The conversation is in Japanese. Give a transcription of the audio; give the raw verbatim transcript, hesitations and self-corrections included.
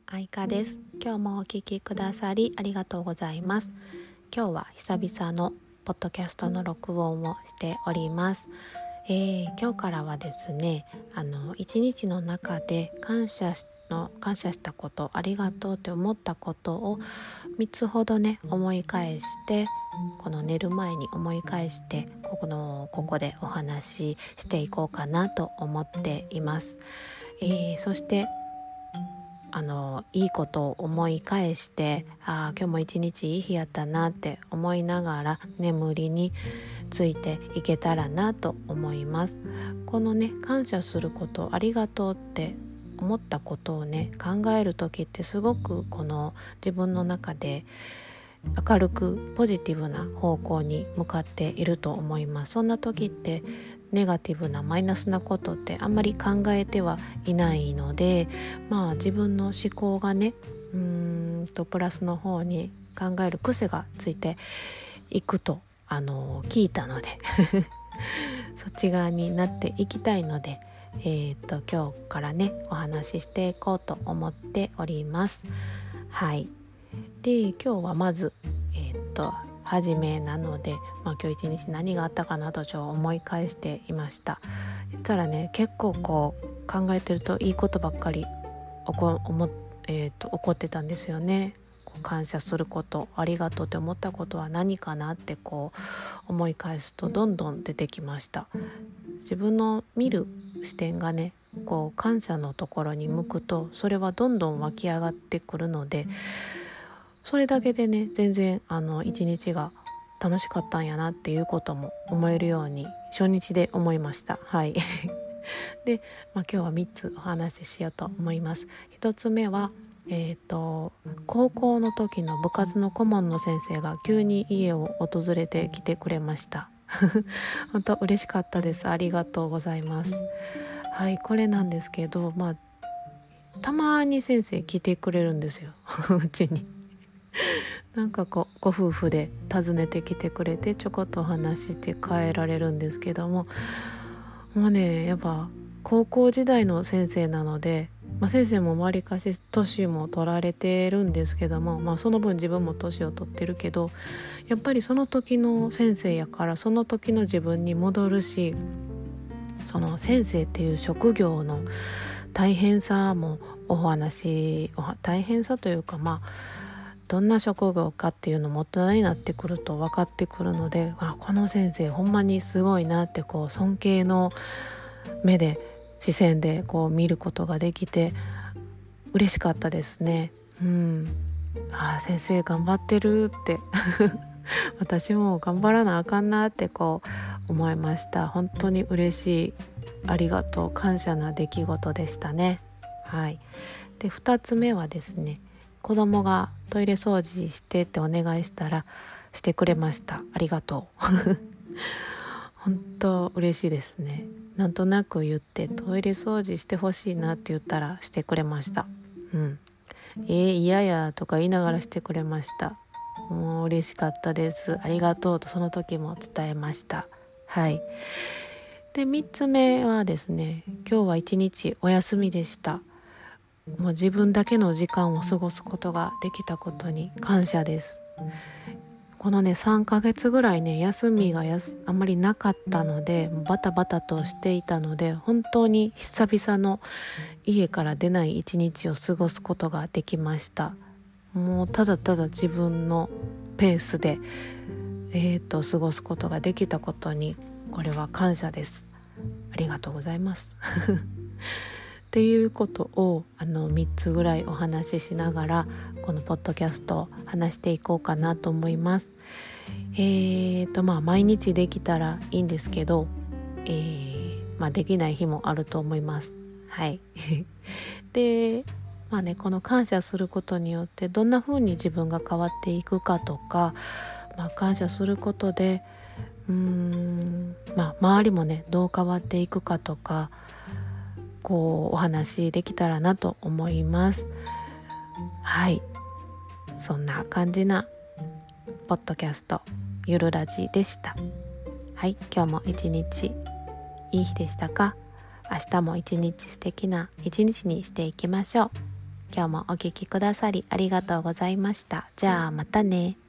愛花です。今日もお聞きくださりありがとうございます。今日は久々のポッドキャストの録音をしております。えー、今日からはですね、あの一日の中で感謝の感謝したこと、ありがとうって思ったことをみっつほどね思い返して、この寝る前に思い返してここのここでお話ししていこうかなと思っています。えー、そしてあのいいことを思い返して、あ今日も一日いい日やったなって思いながら眠りについていけたらなと思います。このね感謝すること、ありがとうって思ったことをね考える時ってすごくこの自分の中で明るくポジティブな方向に向かっていると思います。そんな時ってネガティブなマイナスなことってあんまり考えてはいないので、まあ自分の思考がねうーんとプラスの方に考える癖がついていくとあの聞いたのでそっち側になっていきたいので、えー、っと今日からねお話ししていこうと思っております。はい。で今日はまずえー、っと初めなので、まあ、今日一日何があったかなとちょっと思い返していました。言ったらね結構こう考えてるといいことばっかり起こ、思、えー、と起こってたんですよね。こう感謝すること、ありがとうって思ったことは何かなってこう思い返すとどんどん出てきました。自分の見る視点がねこう感謝のところに向くとそれはどんどん湧き上がってくるので、それだけでね全然あの一日が楽しかったんやなっていうことも思えるように初日で思いました。はいで、まあ、今日はみっつお話ししようと思います。ひとつめはえーと、高校の時の部活の顧問の先生が急に家を訪れてきてくれました本当嬉しかったです。ありがとうございます。はい、これなんですけど、まあたまに先生来てくれるんですようちになんかこうご夫婦で訪ねてきてくれてちょこっとお話して帰られるんですけども、もうねやっぱ高校時代の先生なので、まあ、先生もわりかし年も取られてるんですけども、まあ、その分自分も年を取ってるけど、やっぱりその時の先生やからその時の自分に戻るし、その先生っていう職業の大変さもお話大変さというか、まあどんな職業かっていうのも大人になってくると分かってくるので、あこの先生ほんまにすごいなってこう尊敬の目で視線でこう見ることができて嬉しかったですね。うん、あ先生頑張ってるって私も頑張らなあかんなってこう思いました。本当に嬉しい、ありがとう、感謝な出来事でしたね。はい。でふたつめはですね、子供がトイレ掃除してってお願いしたらしてくれました。ありがとう本当嬉しいですね。なんとなく言ってトイレ掃除してほしいなって言ったらしてくれました。うんえー、嫌やとか言いながらしてくれました。もう嬉しかったです。ありがとうとその時も伝えました。はい。でみっつめはですね、今日は一日お休みでした。もう自分だけの時間を過ごすことができたことに感謝です。このねさんかげつぐらいね休みがやすあんまりなかったので、バタバタとしていたので本当に久々の家から出ない一日を過ごすことができました。もうただただ自分のペースで、えー、と過ごすことができたことにこれは感謝です。ありがとうございますっていうことをあのみっつぐらいお話ししながらこのポッドキャストを話していこうかなと思います。えーとまあ毎日できたらいいんですけど、えーまあ、できない日もあると思います。はいでまあねこの感謝することによってどんな風に自分が変わっていくかとか、まあ、感謝することでうーんまあ周りもねどう変わっていくかとかこうお話できたらなと思います。はい、そんな感じなポッドキャストゆるラジでした。はい、今日も一日いい日でしたか？明日も一日素敵な一日にしていきましょう。 今日もお聞きくださりありがとうございました。じゃあまたね。